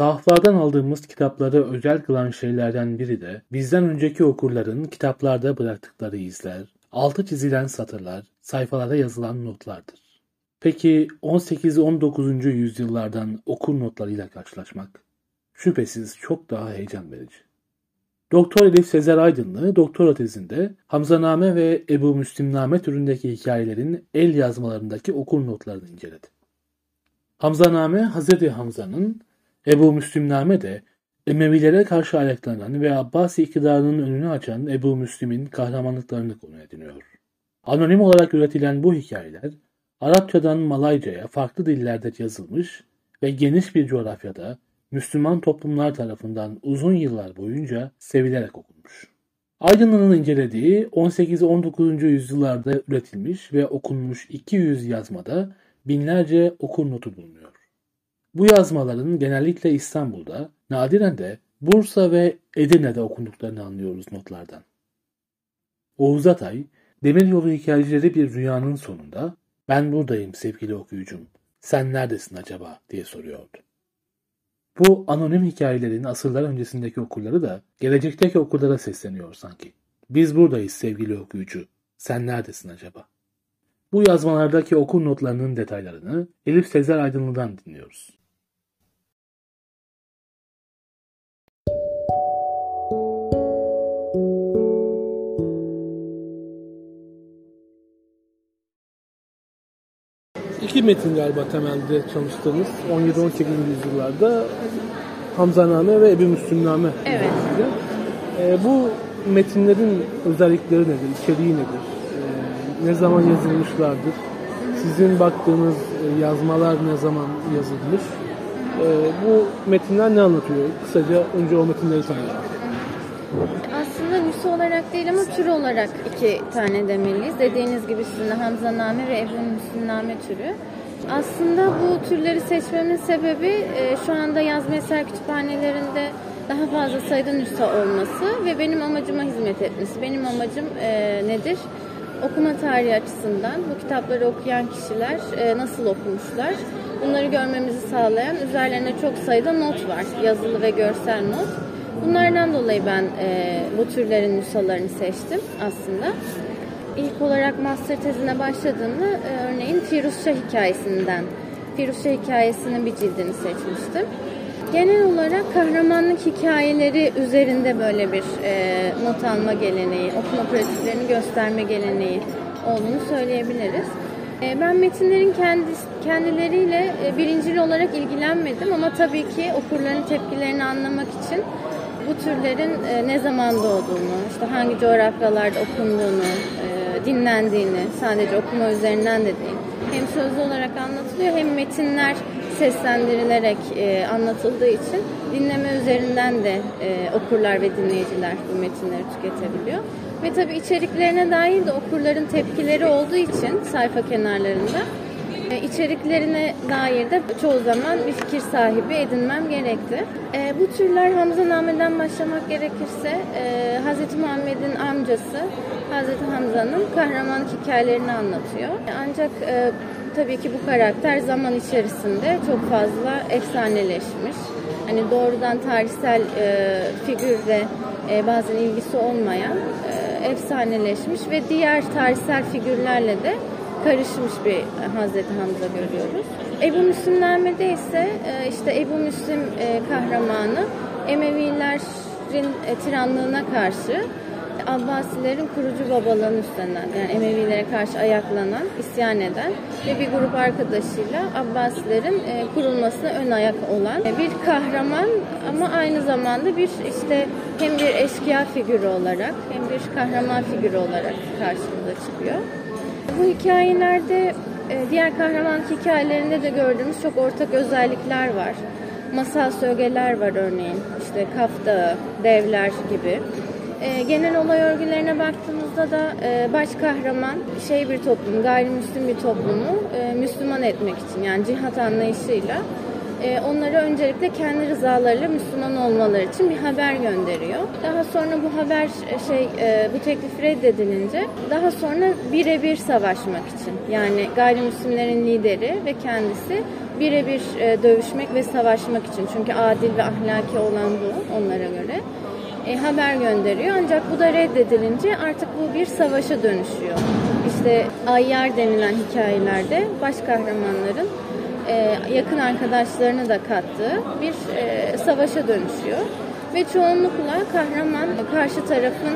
Sahaflardan aldığımız kitapları özel kılan şeylerden biri de bizden önceki okurların kitaplarda bıraktıkları izler, altı çizilen satırlar, sayfalara yazılan notlardır. Peki 18-19. yüzyıllardan okur notlarıyla karşılaşmak şüphesiz çok daha heyecan verici. Doktor Elif Sezer Aydınlı doktora tezinde Hamzaname ve Ebu Müslimname türündeki hikayelerin el yazmalarındaki okur notlarını inceledi. Hamzaname Hazreti Hamza'nın, Ebu Müslimname de Emevilere karşı ayaklanan ve Abbasi iktidarının önünü açan Ebu Müslim'in kahramanlıklarını konu ediniyor. Anonim olarak üretilen bu hikayeler Arapçadan Malayca'ya farklı dillerde yazılmış ve geniş bir coğrafyada Müslüman toplumlar tarafından uzun yıllar boyunca sevilerek okunmuş. Aydınlı'nın incelediği 18-19. yüzyıllarda üretilmiş ve okunmuş 200 yazmada binlerce okur notu bulunuyor. Bu yazmaların genellikle İstanbul'da, nadiren de Bursa ve Edirne'de okunduklarını anlıyoruz notlardan. Oğuz Atay, Demiryolu Hikayecileri bir rüyanın sonunda "Ben buradayım sevgili okuyucum, sen neredesin acaba?" diye soruyordu. Bu anonim hikayelerin asırlar öncesindeki okurları da gelecekteki okurlara sesleniyor sanki. "Biz buradayız sevgili okuyucu, sen neredesin acaba?" Bu yazmalardaki okur notlarının detaylarını Elif Sezer Aydınlı'dan dinliyoruz. İki metin galiba temelde çalıştığınız 17-18. yüzyıllarda Hamzaname ve Ebu Müslimname. Evet. Bu metinlerin özellikleri nedir, içeriği nedir? Ne zaman yazılmışlardır? Sizin baktığınız yazmalar ne zaman yazılmış? Bu metinler ne anlatıyor? Kısaca önce o metinleri tanıyalım. Aslında nüs olarak değil ama tür olarak iki tane demeliyiz. Dediğiniz gibi sizin de Hamzaname ve Ebu Müslimname türü. Aslında bu türleri seçmemin sebebi şu anda yazma eser kütüphanelerinde daha fazla sayıda nüsha olması ve benim amacıma hizmet etmesi. Benim amacım nedir? Okuma tarihi açısından bu kitapları okuyan kişiler nasıl okumuşlar? Bunları görmemizi sağlayan üzerlerine çok sayıda not var. Yazılı ve görsel not. Bunlardan dolayı ben bu türlerin nüshalarını seçtim aslında. İlk olarak master tezine başladığımda örneğin Firuzşah hikayesinin bir cildini seçmiştim. Genel olarak kahramanlık hikayeleri üzerinde böyle bir not alma geleneği, okuma pratiklerini gösterme geleneği olduğunu söyleyebiliriz. Ben metinlerin kendileriyle birincil olarak ilgilenmedim ama tabii ki okurların tepkilerini anlamak için bu türlerin ne zaman doğduğunu, işte hangi coğrafyalarda okunduğunu, dinlendiğini, sadece okuma üzerinden de değil, hem sözlü olarak anlatılıyor hem metinler seslendirilerek anlatıldığı için dinleme üzerinden de okurlar ve dinleyiciler bu metinleri tüketebiliyor. Ve tabii içeriklerine dair de okurların tepkileri olduğu için sayfa kenarlarında içeriklerine dair de çoğu zaman bir fikir sahibi edinmem gerekti. Bu türler Hamzaname'den başlamak gerekirse Hz. Muhammed'in amcası Hz. Hamza'nın kahramanlık hikayelerini anlatıyor. Ancak tabii ki bu karakter zaman içerisinde çok fazla efsaneleşmiş. Hani doğrudan tarihsel figürle bazen ilgisi olmayan efsaneleşmiş ve diğer tarihsel figürlerle de karışmış bir Hazreti Hamza görüyoruz. Ebu Müslimname'de ise işte Ebu Müslim kahramanı Emevilerin tiranlığına karşı Abbasilerin kurucu babalığını üstlenen, yani Emevilere karşı ayaklanan, isyan eden ve bir grup arkadaşıyla Abbasilerin kurulmasına ön ayak olan bir kahraman ama aynı zamanda bir işte hem bir eşkıya figürü olarak hem bir kahraman figürü olarak karşımıza çıkıyor. Bu hikayelerde diğer kahramanlık hikayelerinde de gördüğümüz çok ortak özellikler var. Masal sögeler var örneğin, işte Kaf Dağı, devler gibi. Genel olay örgülerine baktığımızda da baş kahraman bir toplum, gayrimüslim bir toplumu Müslüman etmek için, yani cihat anlayışıyla onları öncelikle kendi rızalarıyla Müslüman olmaları için bir haber gönderiyor. Daha sonra bu haber bu teklif reddedilince daha sonra birebir savaşmak için, yani gayrimüslimlerin lideri ve kendisi birebir dövüşmek ve savaşmak için. Çünkü adil ve ahlaki olan bu onlara göre. Haber gönderiyor. Ancak bu da reddedilince artık bu bir savaşa dönüşüyor. İşte Ayyar denilen hikayelerde baş kahramanların yakın arkadaşlarını da kattığı bir savaşa dönüşüyor. Ve çoğunlukla kahraman karşı tarafın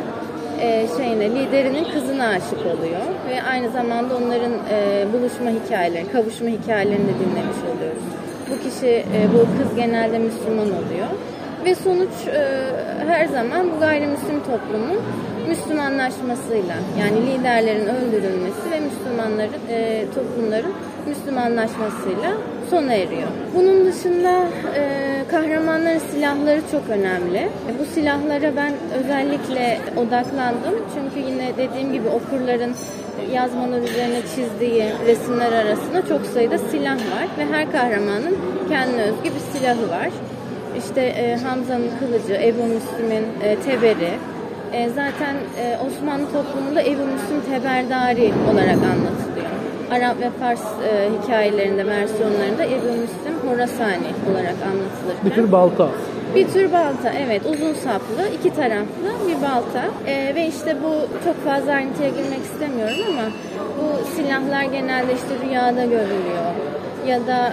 liderinin kızına aşık oluyor. Ve aynı zamanda onların buluşma hikayelerini, kavuşma hikayelerini de dinlemiş oluyoruz. Bu kişi, bu kız genelde Müslüman oluyor. Ve sonuç her zaman bu gayrimüslim toplumun Müslümanlaşmasıyla, yani liderlerin öldürülmesi ve toplumların Müslümanlaşmasıyla sona eriyor. Bunun dışında kahramanların silahları çok önemli. Bu silahlara ben özellikle odaklandım. Çünkü yine dediğim gibi okurların yazmalar üzerine çizdiği resimler arasında çok sayıda silah var ve her kahramanın kendine özgü bir silahı var. İşte Hamza'nın kılıcı, Ebu Müslim'in teberi. Zaten Osmanlı toplumunda Ebu Müslim teberdari olarak anlatılıyor. Arap ve Fars hikayelerinde, versiyonlarında Ebu Müslim Horasani olarak anlatılırken. Bir tür balta. Bir tür balta, evet. Uzun saplı, iki taraflı bir balta. Ve işte bu, çok fazla ayrıntıya girmek istemiyorum ama bu silahlar genelde işte rüyada görülüyor. Ya da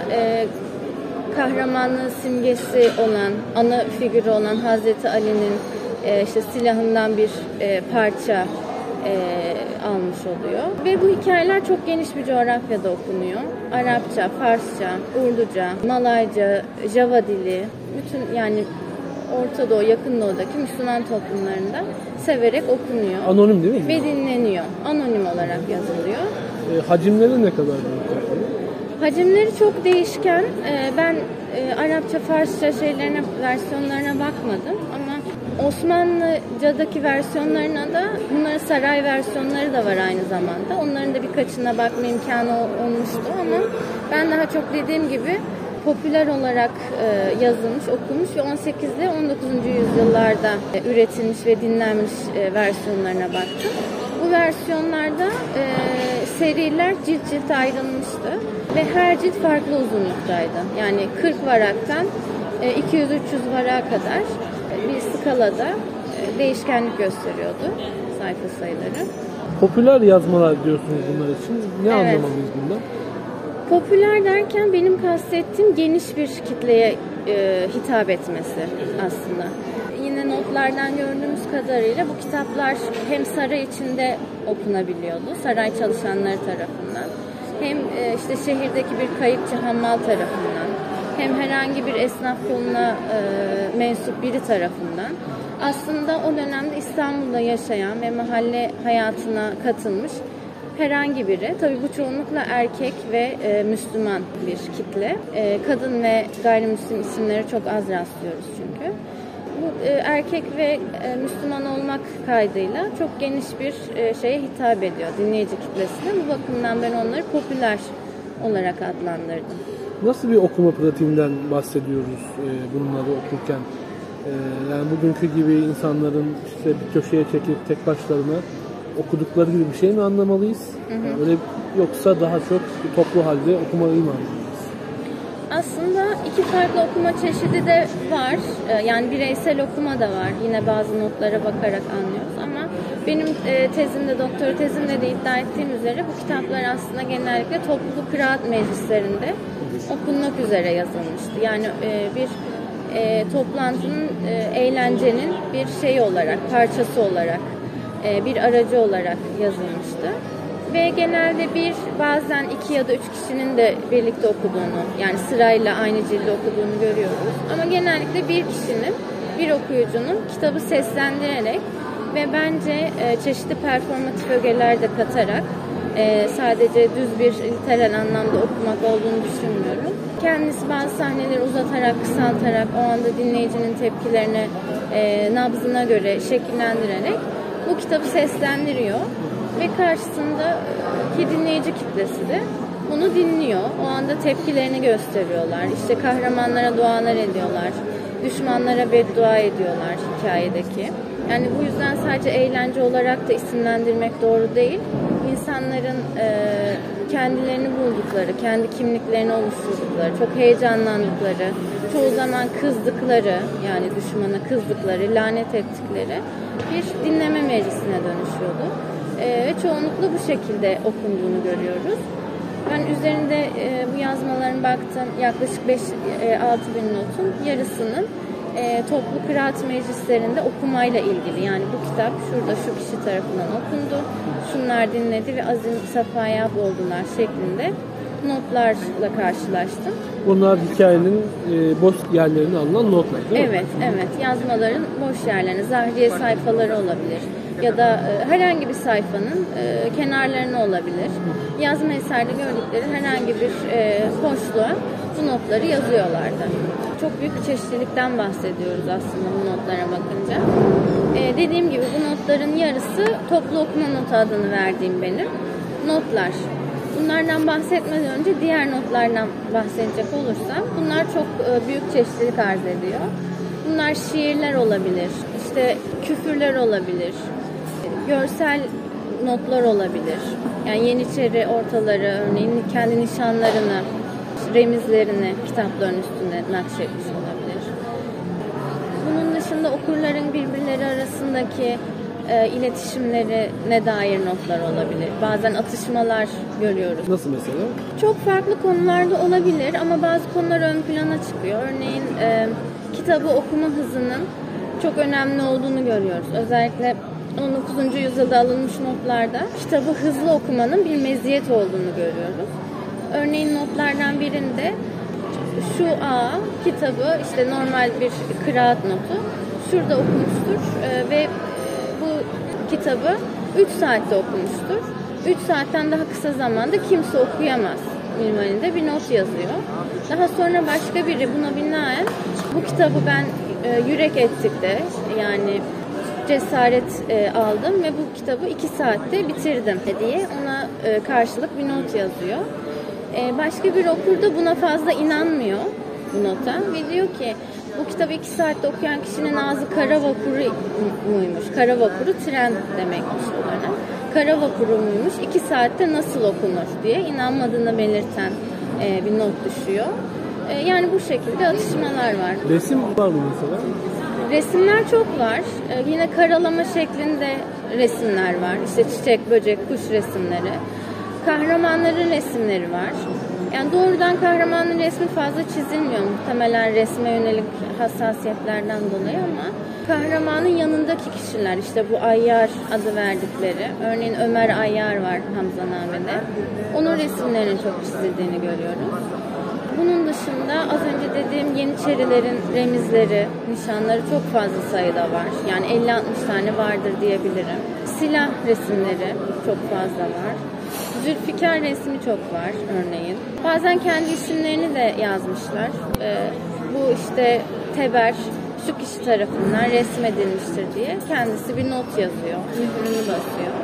kahramanlığın simgesi olan, ana figürü olan Hazreti Ali'nin işte silahından bir parça almış oluyor. Ve bu hikayeler çok geniş bir coğrafyada okunuyor. Arapça, Farsça, Urduca, Malayca, Java dili, bütün yani Orta Doğu, Yakın Doğu'daki Müslüman toplumlarında severek okunuyor. Anonim değil mi? Ve dinleniyor. Anonim olarak yazılıyor. Hacimleri ne kadar büyük? Hacimleri çok değişken. Ben Arapça, Farsça versiyonlarına bakmadım ama Osmanlıca'daki versiyonlarına da, bunların saray versiyonları da var aynı zamanda. Onların da birkaçına bakma imkanı olmuştu ama ben daha çok dediğim gibi popüler olarak yazılmış, okunmuş ve 18 ile 19. yüzyıllarda üretilmiş ve dinlenmiş versiyonlarına baktım. Bu versiyonlarda seriler cilt cilt ayrılmıştı ve her cilt farklı uzunluktaydı. Yani 40 varaktan 200-300 varağa kadar bir skalada değişkenlik gösteriyordu sayfa sayıları. Popüler yazmalar diyorsunuz bunlar için. Ne Evet. anlamalıyız bundan? Popüler derken benim kastettiğim geniş bir kitleye hitap etmesi aslında. Yine notlardan gördüğümüz kadarıyla bu kitaplar hem saray içinde okunabiliyordu, saray çalışanları tarafından, hem işte şehirdeki bir kayıkçı hammal tarafından, hem herhangi bir esnaf koluna mensup biri tarafından. Aslında o dönemde İstanbul'da yaşayan ve mahalle hayatına katılmış herhangi biri, tabii bu çoğunlukla erkek ve Müslüman bir kitle. Kadın ve gayrimüslim isimleri çok az rastlıyoruz çünkü. Bu erkek ve Müslüman olmak kaydıyla çok geniş bir şeye hitap ediyor, dinleyici kitlesine. Bu bakımdan ben onları popüler olarak adlandırdım. Nasıl bir okuma pratiğinden bahsediyoruz bunları okurken? Yani bugünkü gibi insanların işte bir köşeye çekip tek başlarına okudukları gibi bir şey mi anlamalıyız? Yani öyle, yoksa daha çok bir toplu halde okumayı mı anlamalıyız? Aslında iki farklı okuma çeşidi de var. Yani bireysel okuma da var. Yine bazı notlara bakarak anlıyoruz ama benim tezimde, doktora tezimde de iddia ettiğim üzere bu kitaplar aslında genellikle topluluk kıraat meclislerinde okunmak üzere yazılmıştı. Yani bir toplantının, eğlencenin bir şeyi olarak, parçası olarak, bir aracı olarak yazılmıştı. Ve genelde bazen 2 ya da 3 kişinin de birlikte okuduğunu, yani sırayla aynı cildi okuduğunu görüyoruz. Ama genellikle bir kişinin, bir okuyucunun kitabı seslendirerek ve bence çeşitli performatif ögeler de katarak, sadece düz bir literal anlamda okumak olduğunu düşünmüyorum. Kendisi bazı sahneleri uzatarak, kısaltarak, o anda dinleyicinin tepkilerine, nabzına göre şekillendirerek bu kitabı seslendiriyor. Ve karşısındaki dinleyici kitlesi de bunu dinliyor. O anda tepkilerini gösteriyorlar. İşte kahramanlara dualar ediyorlar. Düşmanlara beddua ediyorlar hikayedeki. Yani bu yüzden sadece eğlence olarak da isimlendirmek doğru değil. İnsanların kendilerini buldukları, kendi kimliklerini oluşturdukları, çok heyecanlandıkları, çoğu zaman kızdıkları, yani düşmana kızdıkları, lanet ettikleri bir dinleme meclisine dönüşüyordu. Ve çoğunlukla bu şekilde okunduğunu görüyoruz. Ben üzerinde bu yazmaların baktım, yaklaşık 5-6 bin notun yarısının toplu kıraat meclislerinde okumayla ilgili. Yani bu kitap şurada şu kişi tarafından okundu, şunlar dinledi ve azim safaya oldular şeklinde notlarla karşılaştım. Bunlar hikayenin boş yerlerine alınan notlar değil mi? Evet, evet. Yazmaların boş yerlerine, zahriye sayfaları olabilir ya da herhangi bir sayfanın kenarlarına olabilir. Yazma eserde gördükleri herhangi bir boşluğa bu notları yazıyorlardı. Çok büyük bir çeşitlilikten bahsediyoruz aslında bu notlara bakınca. Dediğim gibi bu notların yarısı toplu okuma notu adını verdiğim benim notlar. Bunlardan bahsetmeden önce diğer notlardan bahsedecek olursam bunlar çok büyük çeşitlilik arz ediyor. Bunlar şiirler olabilir, işte küfürler olabilir, görsel notlar olabilir. Yani Yeniçeri ortaları örneğin kendi nişanlarını, remizlerini kitapların üstünde nakşetmiş olabilir. Bunun dışında okurların birbirleri arasındaki iletişimlerine dair notlar olabilir. Bazen atışmalar görüyoruz. Nasıl mesela? Çok farklı konularda olabilir ama bazı konular ön plana çıkıyor. Örneğin kitabı okuma hızının çok önemli olduğunu görüyoruz. Özellikle 19. yüzyılda alınmış notlarda kitabı hızlı okumanın bir meziyet olduğunu görüyoruz. Örneğin notlardan birinde şu kitabı işte normal bir kıraat notu şurada okumuştur ve bu kitabı 3 saatte okumuştur. 3 saatten daha kısa zamanda kimse okuyamaz minvalinde bir not yazıyor. Daha sonra başka biri buna binaen bu kitabı ben yürek ettikte yani cesaret aldım ve bu kitabı 2 saatte bitirdim diye ona karşılık bir not yazıyor. Başka bir okur da buna fazla inanmıyor bu nota ve diyor ki bu kitabı 2 saatte okuyan kişinin ağzı kara vapuru muymuş? Kara vapuru tren demekmiş olarak. Kara vapuru muymuş? 2 saatte nasıl okunur diye inanmadığını belirten bir not düşüyor. Yani bu şekilde atışmalar var. Resim var mı mesela? Resimler çok var. Yine karalama şeklinde resimler var. İşte çiçek, böcek, kuş resimleri. Kahramanların resimleri var. Yani doğrudan kahramanın resmi fazla çizilmiyor. Muhtemelen resme yönelik hassasiyetlerden dolayı ama kahramanın yanındaki kişiler işte bu Ayyar adı verdikleri. Örneğin Ömer Ayyar var Hamzaname'de. Onun resimlerinin çok çizildiğini görüyoruz. Bunun dışında az önce dediğim Yeniçerilerin remizleri, nişanları çok fazla sayıda var. Yani 50-60 tane vardır diyebilirim. Silah resimleri çok fazla var. Zülfikar resmi çok var örneğin. Bazen kendi isimlerini de yazmışlar. Bu işte Teber şu kişi tarafından resmedilmiştir diye kendisi bir not yazıyor. Mührünü basıyor.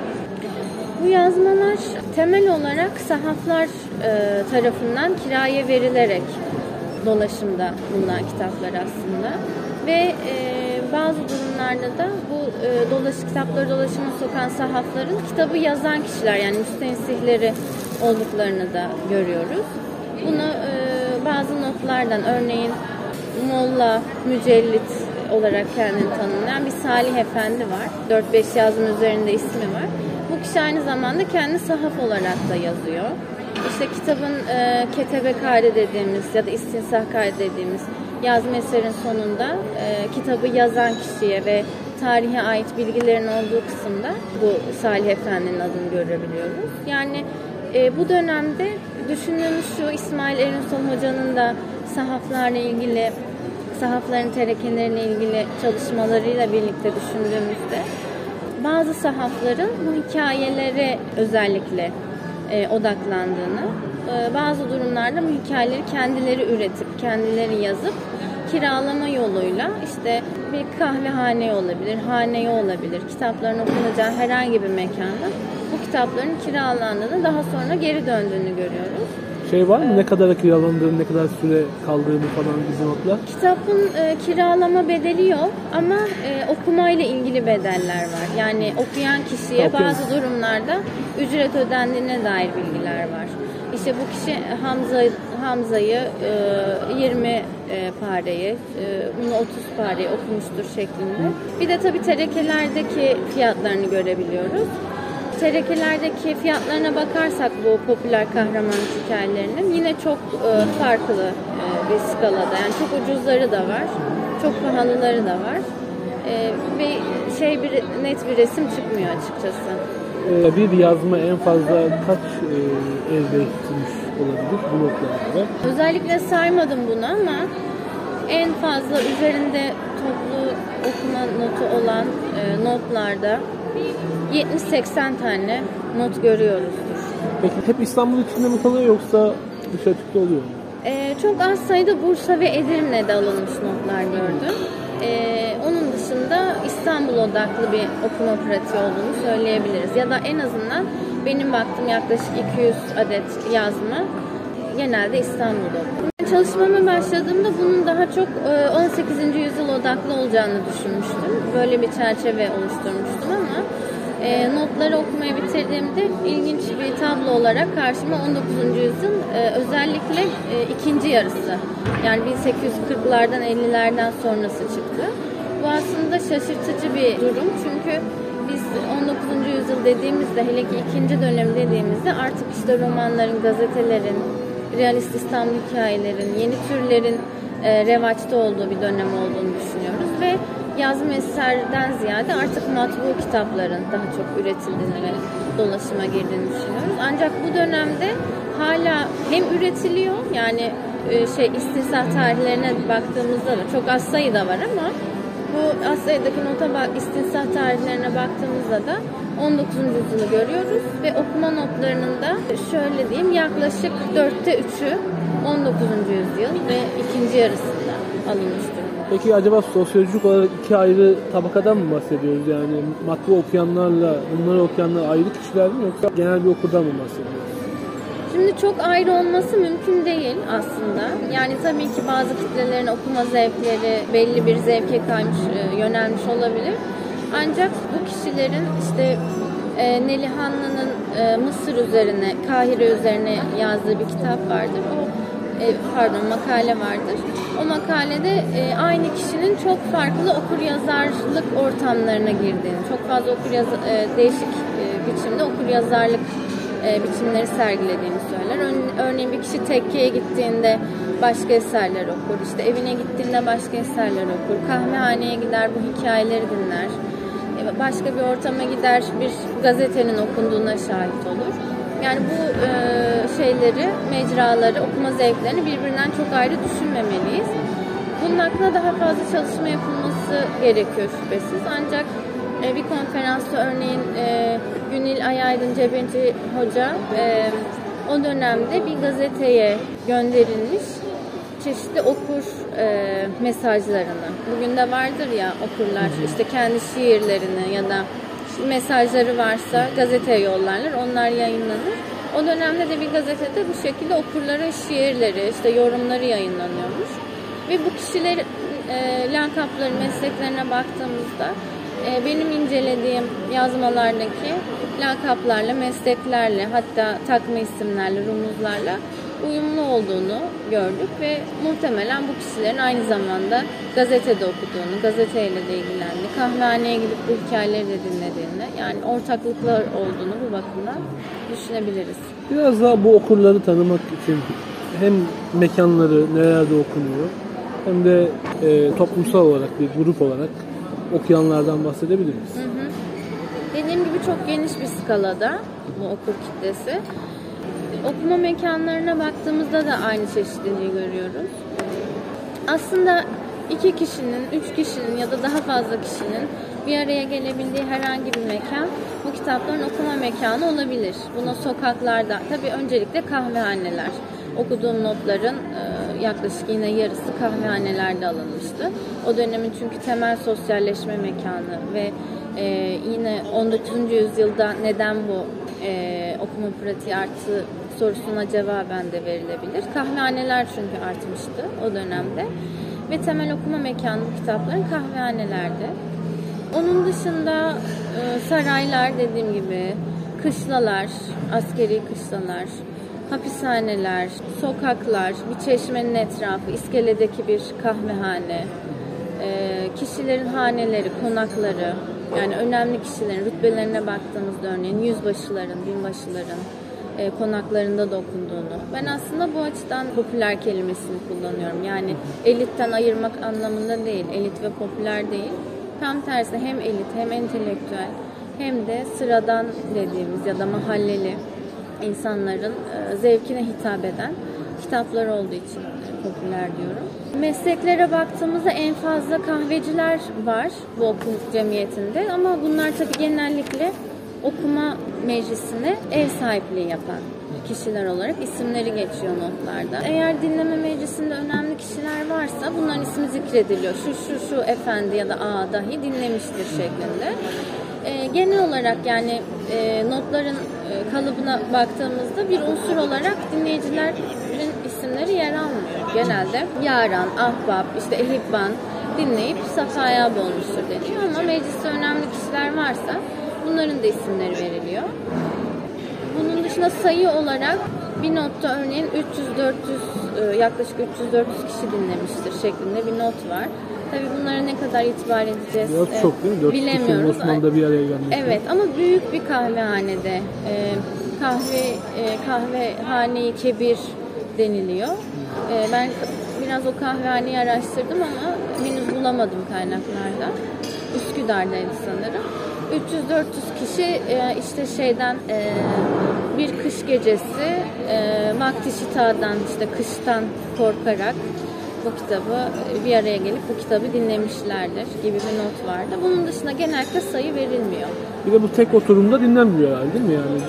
Bu yazmalar temel olarak sahaflar tarafından kiraya verilerek dolaşımda bulunan kitaplar aslında. Ve bazı durumlarda da bu kitapları dolaşıma sokan sahafların kitabı yazan kişiler yani müstensihleri olduklarını da görüyoruz. Bunu bazı notlardan örneğin Molla Mücellit olarak kendini tanımlayan bir Salih Efendi var. 4-5 yazım üzerinde ismi var. Bu kişi aynı zamanda kendi sahaf olarak da yazıyor. İşte kitabın ketebe kaydı dediğimiz ya da istinsah kaydı dediğimiz yazma eserin sonunda kitabı yazan kişiye ve tarihe ait bilgilerin olduğu kısımda bu Salih Efendi'nin adını görebiliyoruz. Yani bu dönemde düşündüğümüz şu İsmail Erunsal Hoca'nın da sahaflarla ilgili, sahafların terekeleriyle ilgili çalışmalarıyla birlikte düşündüğümüzde bazı sahafların bu hikayelere özellikle odaklandığını, bazı durumlarda bu hikayeleri kendileri üretip, kendileri yazıp kiralama yoluyla işte bir kahvehane olabilir, hane olabilir, kitapların okunacağı herhangi bir mekanda bu kitapların kiralandığını, daha sonra geri döndüğünü görüyoruz. Şey var mı? Ne kadar kiralandığını, ne kadar süre kaldığını falan bu notlar? Kitabın kiralama bedeli yok ama okumayla ilgili bedeller var. Yani okuyan kişiye bazı durumlarda ücret ödendiğine dair bilgiler var. İşte bu kişi Hamza'yı 20 pareye, bunu 30 pareye okumuştur şeklinde. Bir de tabii TRK'lerdeki fiyatlarını görebiliyoruz. TRK'lerdeki fiyatlarına bakarsak bu popüler kahramanlık hikayelerinin yine çok farklı bir skalada. Yani çok ucuzları da var, çok pahalıları da var. Ve net bir resim çıkmıyor açıkçası. Bir yazma en fazla kaç elde etmiş olabilir bu notlarda? Özellikle saymadım bunu ama en fazla üzerinde toplu okuma notu olan notlarda 70-80 tane not görüyoruzdur. Peki hep İstanbul içinde mi kalıyor yoksa dışarı çıkta oluyor mu? Çok az sayıda Bursa ve Edirne'de alınmış notlar gördüm. Onun dışında İstanbul odaklı bir okuma pratiği olduğunu söyleyebiliriz. Ya da en azından benim baktığım yaklaşık 200 adet yazma genelde İstanbul'da okudum. Çalışmama başladığımda bunun daha çok 18. yüzyıl odaklı olacağını düşünmüştüm. Böyle bir çerçeve oluşturmuştum ama notları okumaya bitirdiğimde ilginç bir tablo olarak karşıma 19. yüzyıl özellikle ikinci yarısı yani 1840'lardan 50'lerden sonrası çıktı. Bu aslında şaşırtıcı bir durum çünkü biz 19. yüzyıl dediğimizde hele ki ikinci dönem dediğimizde artık işte romanların, gazetelerin, realist İstanbul hikayelerin, yeni türlerin revaçta olduğu bir dönem olduğunu düşünüyoruz ve yazma eserden ziyade artık matbu kitapların daha çok üretildiğini ve dolaşıma girdiğini düşünüyoruz. Ancak bu dönemde hala hem üretiliyor yani istinsa tarihlerine baktığımızda da çok az sayıda var ama bu az sayıdaki istinsa tarihlerine baktığımızda da 19. yüzyılı görüyoruz ve okuma notlarının da şöyle diyeyim yaklaşık 3'ü 19. yüzyıl ve ikinci yarısında alınmış durumda. Peki acaba sosyolojik olarak iki ayrı tabakadan mı bahsediyoruz? Yani matbu okuyanlarla bunları okuyanlar ayrı kişiler mi yoksa genel bir okurdan mı bahsediyoruz? Şimdi çok ayrı olması mümkün değil aslında. Yani tabii ki bazı kitlelerin okuma zevkleri belli bir zevke kaymış, yönelmiş olabilir. Ancak bu kişilerin işte Nelihanlı'nın Mısır üzerine, Kahire üzerine yazdığı bir kitap vardır. Makale vardır. O makalede aynı kişinin çok farklı okur-yazarlık ortamlarına girdiğini, çok fazla değişik biçimde okur-yazarlık biçimleri sergilediğini söyler. Örneğin bir kişi tekkeye gittiğinde başka eserler okur, işte evine gittiğinde başka eserler okur, kahvehaneye gider bu hikayeleri dinler, başka bir ortama gider bir gazetenin okunduğuna şahit olur. Yani bu mecraları, okuma zevklerini birbirinden çok ayrı düşünmemeliyiz. Bunun hakkında daha fazla çalışma yapılması gerekiyor şüphesiz. Ancak bir konferansta örneğin Günil Ayaydın Cebeci Hoca o dönemde bir gazeteye gönderilmiş çeşitli okur mesajlarını. Bugün de vardır ya okurlar işte kendi şiirlerini ya da mesajları varsa gazeteye yollarlar, onlar yayınlanır. O dönemde de bir gazetede bu şekilde okurların şiirleri, işte yorumları yayınlanıyormuş. Ve bu kişilerin lakapları, mesleklerine baktığımızda benim incelediğim yazmalardaki lakaplarla, mesleklerle, hatta takma isimlerle, rumuzlarla uyumlu olduğunu gördük ve muhtemelen bu kişilerin aynı zamanda gazetede okuduğunu, gazeteyle de ilgilendiğini, kahvehaneye gidip bu hikayeleri de dinlediğini, yani ortaklıklar olduğunu bu bakımdan düşünebiliriz. Biraz daha bu okurları tanımak için hem mekanları nerede okunuyor hem de toplumsal olarak bir grup olarak okuyanlardan bahsedebilir miyiz? Hı hı. Dediğim gibi çok geniş bir skalada bu okur kitlesi. Okuma mekanlarına baktığımızda da aynı çeşitliliği görüyoruz. Aslında 2 kişinin, 3 kişinin ya da daha fazla kişinin bir araya gelebildiği herhangi bir mekan bu kitapların okuma mekanı olabilir. Buna sokaklarda, tabii öncelikle kahvehaneler. Okuduğum notların yaklaşık yine yarısı kahvehanelerde alınmıştı. O dönemin çünkü temel sosyalleşme mekanı ve Yine 19. yüzyılda neden bu okuma pratiği arttı sorusuna cevaben de verilebilir. Kahvehaneler çünkü artmıştı o dönemde. Ve temel okuma mekanı bu kitapların kahvehanelerde. Onun dışında saraylar, dediğim gibi, kışlalar, askeri kışlalar, hapishaneler, sokaklar, bir çeşmenin etrafı, iskeledeki bir kahvehane, kişilerin haneleri, konakları, yani önemli kişilerin rütbelerine baktığımızda örneğin yüzbaşıların, binbaşıların konaklarında da okunduğunu. Ben aslında bu açıdan popüler kelimesini kullanıyorum. Yani elitten ayırmak anlamında değil, elit ve popüler değil. Tam tersi hem elit hem entelektüel hem de sıradan dediğimiz ya da mahalleli insanların zevkine hitap eden kitaplar olduğu için popüler diyorum. Mesleklere baktığımızda en fazla kahveciler var bu okul cemiyetinde ama bunlar tabii genellikle okuma meclisine ev sahipliği yapan kişiler olarak isimleri geçiyor notlarda. Eğer dinleme meclisinde önemli kişiler varsa bunların ismi zikrediliyor. Şu efendi ya da ağa dahi dinlemiştir şeklinde. Genel olarak yani notların kalıbına baktığımızda bir unsur olarak dinleyicilerin isimleri yer almıyor. Genelde yaran, ahbap, işte ehibban dinleyip safaya olmuştur deniyor ama mecliste önemli kişiler varsa bunların da isimleri veriliyor. Bunun dışında sayı olarak bir notta örneğin 300-400 yaklaşık 300-400 kişi dinlemiştir şeklinde bir not var. Tabii bunlara ne kadar itibar edeceğiz biraz çok değil mi? Bilemiyoruz. Osmanlı'da bir araya gelmiş. Evet ama büyük bir kahvehanede kahvehaneyi kebir deniliyor. Ben biraz o kahvehaneyi araştırdım ama henüz bulamadım kaynaklarda. Üsküdar'daydı sanırım. 300-400 kişi işte bir kış gecesi vakti şitadan işte kıştan korkarak bu kitabı bir araya gelip bu kitabı dinlemişlerdir gibi bir not vardı. Bunun dışında genellikle sayı verilmiyor. Bir de bu tek oturumda dinlenmiyor herhalde değil mi yani?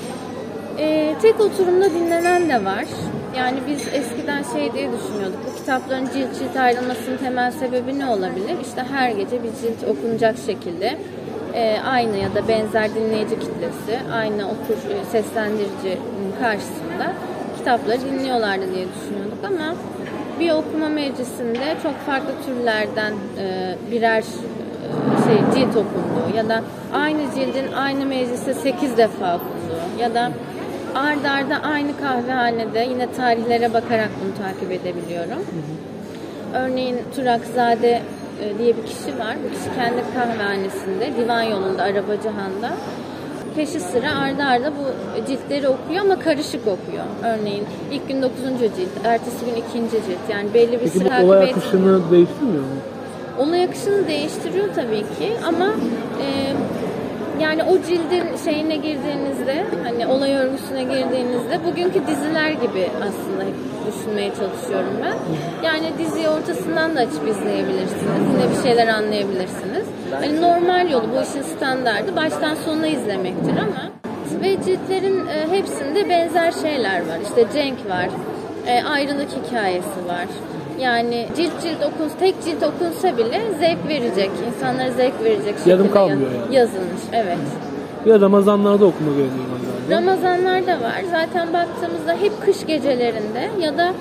Tek oturumda dinlenen de var. Yani biz eskiden diye düşünüyorduk. Bu kitapların cilt cilt ayrılmasının temel sebebi ne olabilir? İşte her gece bir cilt okunacak şekilde aynı ya da benzer dinleyici kitlesi, aynı seslendiricinin karşısında kitapları dinliyorlardı diye düşünüyorduk ama bir okuma meclisinde çok farklı türlerden birer cilt okunduğu ya da aynı cildin aynı mecliste 8 defa okunduğu ya da ard arda aynı kahvehanede yine tarihlere bakarak bunu takip edebiliyorum. Örneğin Turakzade diye bir kişi var. Bu kişi kendi kahvehanesinde, Divan Yolu'nda, Arabacıhan'da peşi sıra arda arda bu ciltleri okuyor ama karışık okuyor. Örneğin ilk gün 9. cilt, ertesi gün 2. cilt. Yani belli bir sıra takip etmiyor. Olay akışını değiştirmiyor mu? Olay akışını değiştiriyor tabii ki ama yani o cildin şeyine girdiğinizde, hani olay örgüsüne girdiğinizde bugünkü diziler gibi aslında düşünmeye çalışıyorum ben. Yani diziyi ortasından da açıp izleyebilirsiniz. Yine bir şeyler anlayabilirsiniz. Hani normal yolu, bu işin standardı baştan sonuna izlemektir ama ve ciltlerin hepsinde benzer şeyler var. İşte cenk var, ayrılık hikayesi var. Yani tek cilt okunsa bile zevk verecek, insanlara zevk verecek şekilde yazılmış. Evet. Ya Ramazanlarda okuma geleneği var galiba. Ramazanlarda var. Zaten baktığımızda hep kış gecelerinde ya da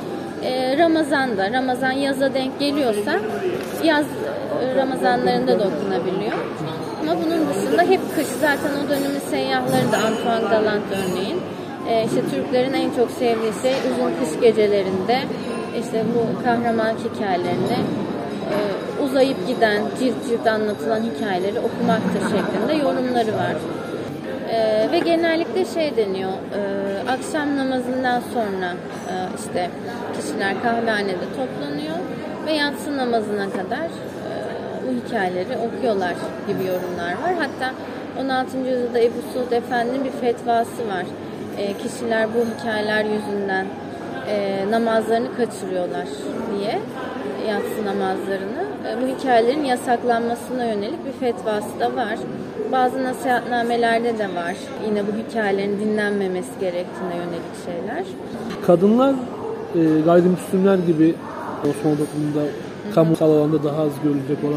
Ramazan yaza denk geliyorsa yaz Ramazanlarında da okunabiliyor. Ama bunun dışında hep kış. Zaten o dönemin seyyahları da Antoine Galland örneğin. İşte Türklerin en çok sevdiği uzun kış gecelerinde işte bu kahraman hikayelerini uzayıp giden, cilt cilt anlatılan hikayeleri okumaktır şeklinde yorumları var. Ve genellikle deniyor, akşam namazından sonra işte kişiler kahvehanede toplanıyor ve yatsı namazına kadar bu hikayeleri okuyorlar gibi yorumlar var. Hatta 16. yüzyılda Ebu Suud Efendi'nin bir fetvası var. Kişiler bu hikayeler yüzünden namazlarını kaçırıyorlar diye, yatsı namazlarını. Bu hikayelerin yasaklanmasına yönelik bir fetvası da var. Bazı nasihatnamelerde de var. Yine bu hikayelerin dinlenmemesi gerektiğine yönelik şeyler. Kadınlar gayrimüslimler gibi Osmanlı toplumunda kamusal alanda daha az görülecek olan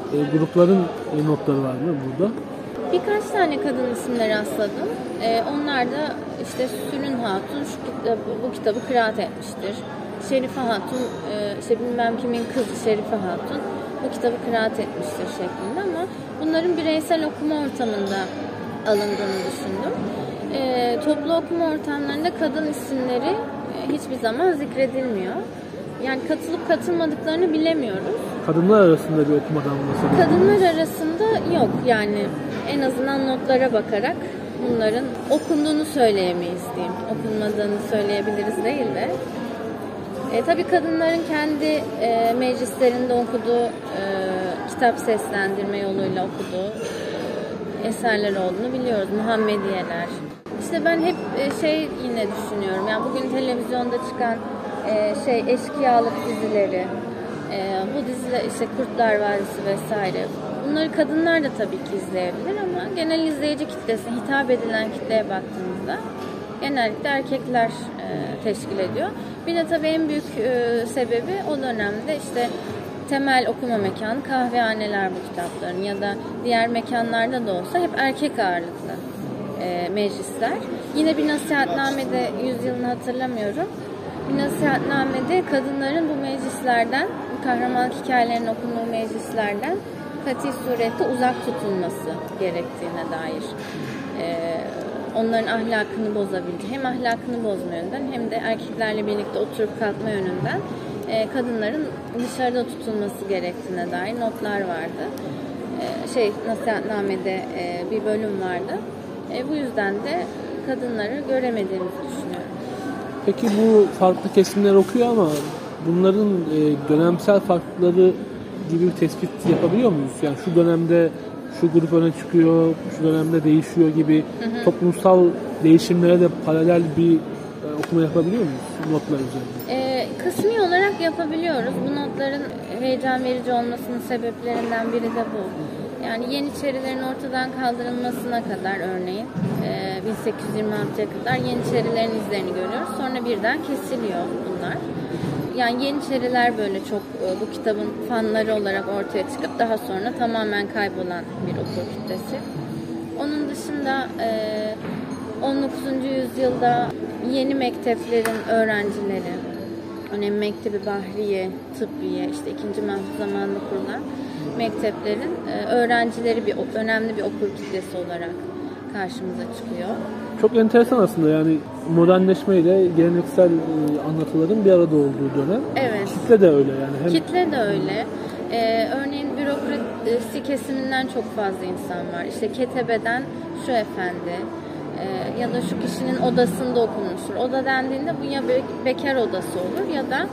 grupların notları var mı burada? Birkaç tane kadın isimleri rastladım. Onlar da işte Sürün Hatun bu kitabı kıraat etmiştir. Şerife Hatun, işte bilmem kimin kızı Şerife Hatun bu kitabı kıraat etmiştir şeklinde, ama bunların bireysel okuma ortamında alındığını düşündüm. Toplu okuma ortamlarında kadın isimleri hiçbir zaman zikredilmiyor. Yani katılıp katılmadıklarını bilemiyoruz. Kadınlar arasında bir okumadan bahsediyoruz. Kadınlar arasında yok, yani en azından notlara bakarak bunların okunduğunu söyleyemeyiz diyeyim. Okunmadığını söyleyebiliriz değil de. Tabii kadınların kendi meclislerinde okuduğu, kitap seslendirme yoluyla okuduğu eserler olduğunu biliyoruz. Muhammediyeler. İşte ben hep yine düşünüyorum. Yani bugün televizyonda çıkan eşkıyalık dizileri, bu diziler işte Kurtlar Vadisi vesaire. Bunları kadınlar da tabii ki izleyebilir, ama genel izleyici kitlesine hitap edilen kitleye baktığımızda genellikle erkekler teşkil ediyor. Bir de tabii en büyük sebebi o dönemde işte temel okuma mekanı kahvehaneler bu kitapların, ya da diğer mekanlarda da olsa hep erkek ağırlıklı meclisler. Yine bir nasihatnamede, yüzyılını hatırlamıyorum, bir nasihatnamede kadınların bu meclislerden, kahraman hikayelerinin okunduğu meclislerden kati surette uzak tutulması gerektiğine dair, onların ahlakını bozabileceği, hem ahlakını bozma yönünden hem de erkeklerle birlikte oturup kalkma yönünden kadınların dışarıda tutulması gerektiğine dair notlar vardı. Nasihatnamede bir bölüm vardı. Bu yüzden de kadınları göremediğimizi düşünüyorum. Peki bu farklı kesimler okuyor ama bunların dönemsel farklılıkları gibi bir tespit yapabiliyor muyuz? Yani şu dönemde şu grup öne çıkıyor, şu dönemde değişiyor gibi toplumsal değişimlere de paralel bir okuma yapabiliyor muyuz notlar üzerinde? Kısmi olarak yapabiliyoruz. Bu notların heyecan verici olmasının sebeplerinden biri de bu. Yani Yeniçerilerin ortadan kaldırılmasına kadar örneğin 1826'ya kadar Yeniçerilerin izlerini görüyoruz. Sonra birden kesiliyor bunlar. Yani Yeniçeriler böyle çok bu kitabın fanları olarak ortaya çıkıp daha sonra tamamen kaybolan bir okur kitlesi. Onun dışında 19. yüzyılda yeni mekteplerin öğrencileri, örneğin Mektebi Bahriye, Tıbbiye, işte 2. Mahmut zamanında kurulan mekteplerin öğrencileri önemli bir okur kitlesi olarak karşımıza çıkıyor. Çok enteresan aslında, yani modernleşmeyle geleneksel anlatıların bir arada olduğu dönem. Evet. Kitle de öyle yani. Kitle de öyle. Örneğin bürokrasi kesiminden çok fazla insan var. İşte ketebeden şu efendi ya da şu kişinin odasında okunmuştur. Oda dendiğinde bu ya bekar odası olur ya da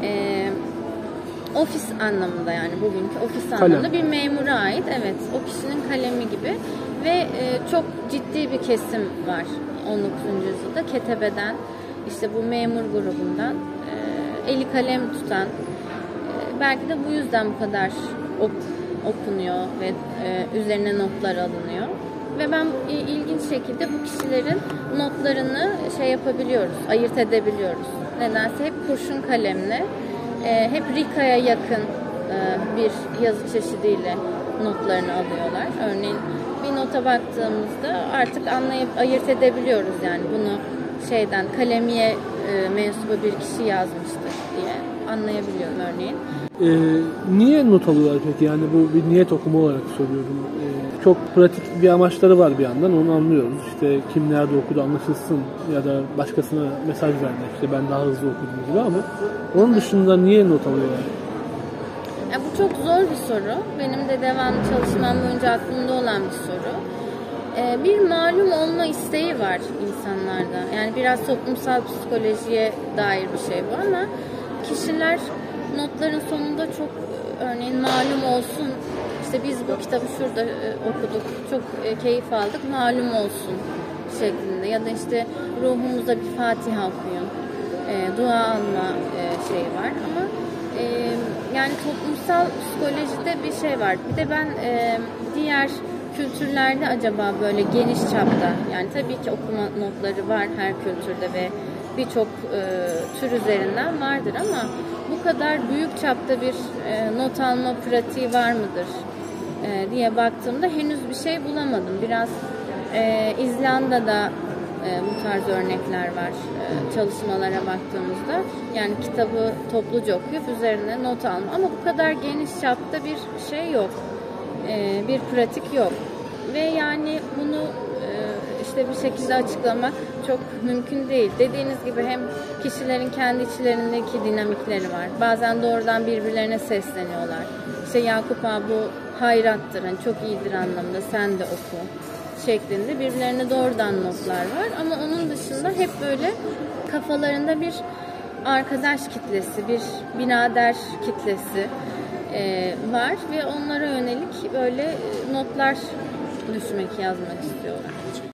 ofis anlamında, yani bugünkü ofis anlamında bir memura ait. Evet, o kişinin kalemi gibi ve çok ciddi bir kesim var 19. yüzyılda ketebeden, işte bu memur grubundan eli kalem tutan, belki de bu yüzden bu kadar okunuyor ve üzerine notlar alınıyor. Ve ben ilginç şekilde bu kişilerin notlarını yapabiliyoruz, ayırt edebiliyoruz. Nedense hep kurşun kalemle, hep Rika'ya yakın bir yazı çeşidiyle notlarını alıyorlar. Örneğin bir nota baktığımızda artık ayırt edebiliyoruz, yani bunu kalemiye mensubu bir kişi yazmıştır diye anlayabiliyorum örneğin. Niye not alıyorlar peki? Yani bu bir niyet okuma olarak soruyorum. Çok pratik bir amaçları var bir yandan, onu anlıyoruz. İşte kim nerede okudu anlaşılsın ya da başkasına mesaj vermek, işte ben daha hızlı okudum gibi, ama onun dışında niye not alıyorlar? Bu çok zor bir soru. Benim de devamlı çalışmam boyunca aklımda olan bir soru. Bir malum olma isteği var insanlarda. Yani biraz toplumsal psikolojiye dair bir şey bu, ama kişiler notların sonunda çok örneğin malum olsun, işte biz bu kitabı şurada okuduk, çok keyif aldık, malum olsun şeklinde, ya da işte ruhumuza bir Fatiha okuyun, dua alma şeyi var, ama yani toplumsal psikolojide bir şey var. Bir de ben diğer kültürlerde acaba böyle geniş çapta, yani tabii ki okuma notları var her kültürde ve birçok tür üzerinden vardır, ama bu kadar büyük çapta bir not alma pratiği var mıdır diye baktığımda henüz bir şey bulamadım. Biraz İzlanda'da bu tarz örnekler var çalışmalara baktığımızda. Yani kitabı topluca okuyup üzerine not alma. Ama bu kadar geniş çapta bir şey yok. Bir pratik yok. Ve yani bunu işte bir şekilde açıklamak çok mümkün değil. Dediğiniz gibi hem kişilerin kendi içlerindeki dinamikleri var. Bazen doğrudan birbirlerine sesleniyorlar. İşte Yakup abi bu hayrattır, hani çok iyidir anlamında, sen de oku şeklinde birbirlerine doğrudan notlar var. Ama onun dışında hep böyle kafalarında bir arkadaş kitlesi, bir birader kitlesi var ve onlara yönelik böyle notlar düşmek, yazmak istiyorlar.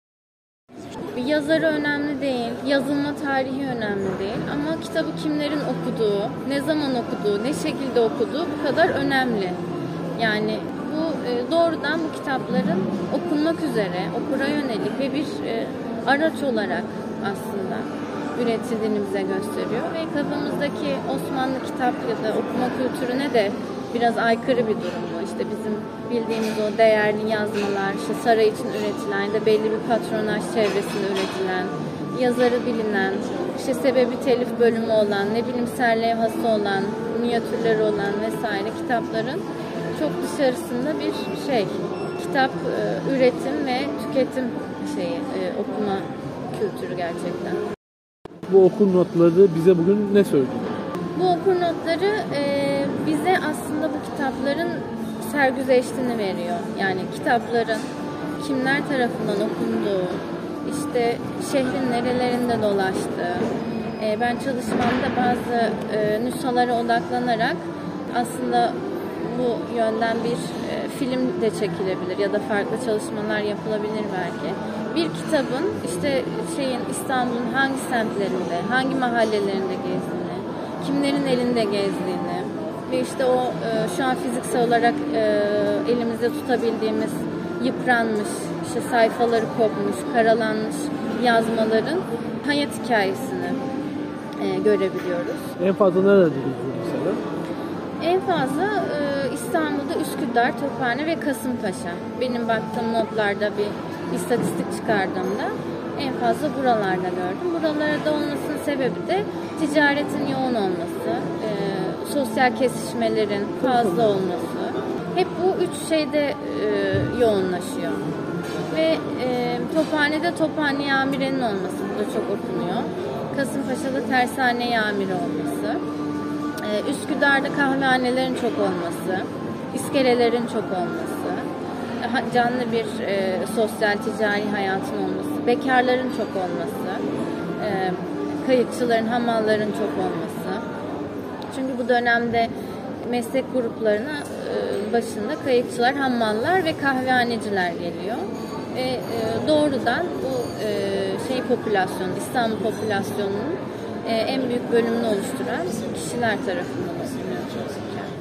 Yazarı önemli değil, yazılma tarihi önemli değil ama kitabı kimlerin okuduğu, ne zaman okuduğu, ne şekilde okuduğu bu kadar önemli. Yani bu doğrudan bu kitapların okunmak üzere, okura yönelik ve bir araç olarak aslında üretildiğini bize gösteriyor. Ve kafamızdaki Osmanlı kitap ya da okuma kültürüne de biraz aykırı bir durum bu. İşte bizim bildiğimiz o değerli yazmalar, işte saray için üretilen ya da belli bir patronaj çevresinde üretilen, yazarı bilinen, işte sebebi telif bölümü olan, ne bilimsel levhası olan, minyatürleri olan vesaire kitapların çok dışarısında bir şey. Kitap üretim ve tüketim şeyi, okuma kültürü gerçekten. Bu okur notları bize bugün ne söylüyor? Bu okur notları bize aslında bu kitapların sergüzeştiğini veriyor. Yani kitapların kimler tarafından okunduğu, işte şehrin nerelerinde dolaştığı. Ben çalışmamda bazı nüshalara odaklanarak aslında bu yönden bir film de çekilebilir ya da farklı çalışmalar yapılabilir belki. Bir kitabın işte İstanbul'un hangi semtlerinde, hangi mahallelerinde gezdiğini, kimlerin elinde gezdiğini ve işte o şu an fiziksel olarak elimizde tutabildiğimiz yıpranmış, işte sayfaları kopmuş, karalanmış yazmaların hayat hikayesini görebiliyoruz. En fazla nerede geziyor mesela? En fazla İstanbul'da Üsküdar, Tophane ve Kasımpaşa. Benim baktığım notlarda bir istatistik çıkardığımda en fazla buralarda gördüm. Buralarda olmasının sebebi de ticaretin yoğun olması, sosyal kesişmelerin fazla olması. Hep bu üç şeyde yoğunlaşıyor. Ve Tophane'de Tophane Amire'nin olması burada çok okunuyor. Kasımpaşa'da Tersane Amiri olması. Üsküdar'da kahvehanelerin çok olması, iskelelerin çok olması, canlı bir sosyal ticari hayatın olması, bekarların çok olması, kayıkçıların, hamalların çok olması. Çünkü bu dönemde meslek gruplarına başında kayıkçılar, hamallar ve kahvehaneciler geliyor. Ve doğrudan bu popülasyon, İstanbul popülasyonunun en büyük bölümünü oluşturan kişiler tarafından okunuyor.